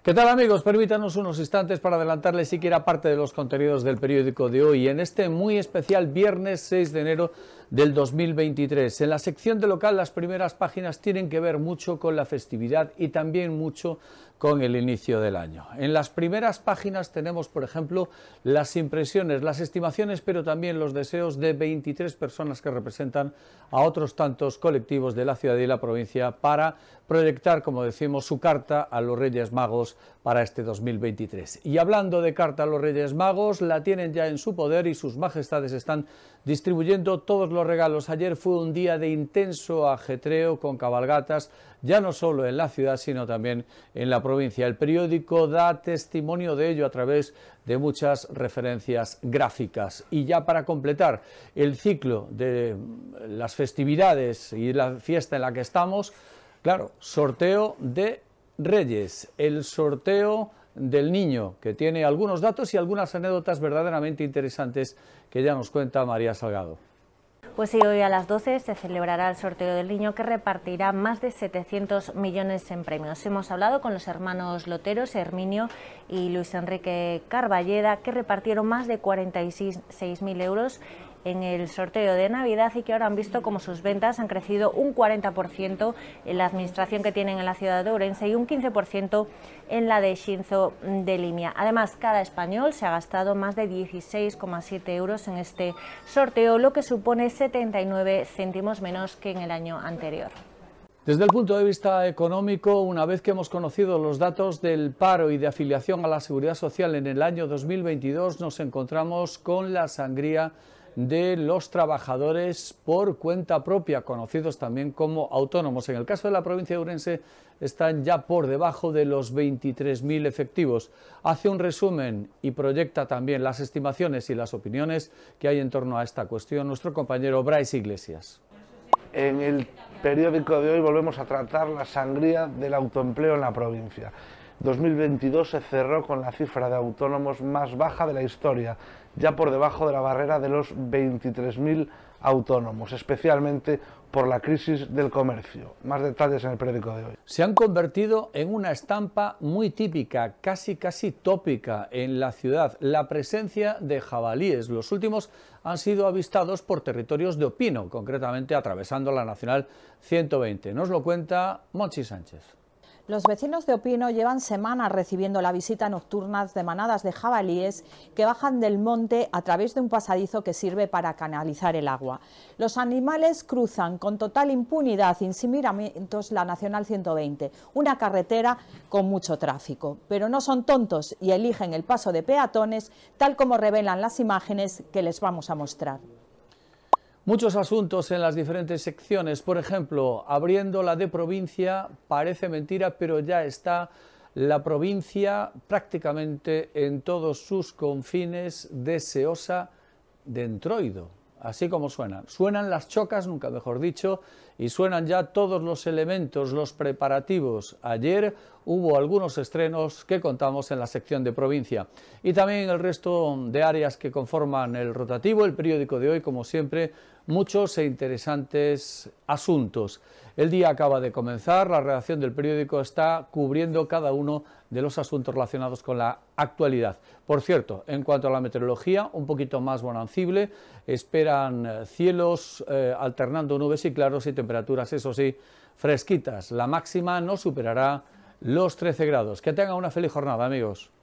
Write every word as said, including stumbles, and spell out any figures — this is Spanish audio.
¿Qué tal, amigos? Permítanos unos instantes para adelantarles siquiera parte de los contenidos del periódico de hoy, en este muy especial viernes seis de enero del dos mil veintitrés. En la sección de local, las primeras páginas tienen que ver mucho con la festividad y también mucho con el inicio del año. En las primeras páginas tenemos, por ejemplo, las impresiones, las estimaciones, pero también los deseos de veintitrés personas que representan a otros tantos colectivos de la ciudad y la provincia para proyectar, como decimos, su carta a los Reyes Magos para este dos mil veintitrés. Y hablando de carta a los Reyes Magos, la tienen ya en su poder y sus majestades están distribuyendo todos los regalos. Ayer fue un día de intenso ajetreo con cabalgatas, ya no solo en la ciudad, sino también en la provincia. El periódico da testimonio de ello a través de muchas referencias gráficas. Y ya para completar el ciclo de las festividades y la fiesta en la que estamos, claro, sorteo de Reyes, el sorteo del niño, que tiene algunos datos y algunas anécdotas verdaderamente interesantes que ya nos cuenta María Salgado. Pues sí, hoy a las doce se celebrará el sorteo del niño, que repartirá más de setecientos millones en premios. Hemos hablado con los hermanos loteros, Herminio y Luis Enrique Carballeda, que repartieron más de cuarenta y seis mil euros en el sorteo de Navidad y que ahora han visto como sus ventas han crecido un cuarenta por ciento en la administración que tienen en la ciudad de Ourense y un quince por ciento en la de Xinzo de Limia. Además, cada español se ha gastado más de dieciséis coma siete euros en este sorteo, lo que supone setenta y nueve céntimos menos que en el año anterior. Desde el punto de vista económico, una vez que hemos conocido los datos del paro y de afiliación a la Seguridad Social en el año dos mil veintidós, nos encontramos con la sangría de los trabajadores por cuenta propia, conocidos también como autónomos. En el caso de la provincia de Ourense están ya por debajo de los veintitrés mil efectivos. Hace un resumen y proyecta también las estimaciones y las opiniones que hay en torno a esta cuestión nuestro compañero Brais Iglesias. En el periódico de hoy volvemos a tratar la sangría del autoempleo en la provincia. dos mil veintidós se cerró con la cifra de autónomos más baja de la historia, ya por debajo de la barrera de los veintitrés mil autónomos, especialmente por la crisis del comercio. Más detalles en el periódico de hoy. Se han convertido en una estampa muy típica, casi casi tópica en la ciudad, la presencia de jabalíes. Los últimos han sido avistados por territorios de Opino, concretamente atravesando la Nacional ciento veinte. Nos lo cuenta Monchi Sánchez. Los vecinos de Opino llevan semanas recibiendo la visita nocturna de manadas de jabalíes que bajan del monte a través de un pasadizo que sirve para canalizar el agua. Los animales cruzan con total impunidad y sin miramientos la Nacional ciento veinte, una carretera con mucho tráfico. Pero no son tontos y eligen el paso de peatones, tal como revelan las imágenes que les vamos a mostrar. Muchos asuntos en las diferentes secciones, por ejemplo, abriendo la de provincia, parece mentira, pero ya está la provincia prácticamente en todos sus confines deseosa de entroido, así como suenan. Suenan las chocas, nunca mejor dicho, y suenan ya todos los elementos, los preparativos. Ayer hubo algunos estrenos que contamos en la sección de provincia. Y también en el resto de áreas que conforman el rotativo, el periódico de hoy, como siempre, muchos e interesantes asuntos. El día acaba de comenzar, la redacción del periódico está cubriendo cada uno de los asuntos relacionados con la actualidad. Por cierto, en cuanto a la meteorología, un poquito más bonancible, esperan cielos eh, alternando nubes y claros y temperaturas, eso sí, fresquitas. La máxima no superará los trece grados. Que tengan una feliz jornada, amigos.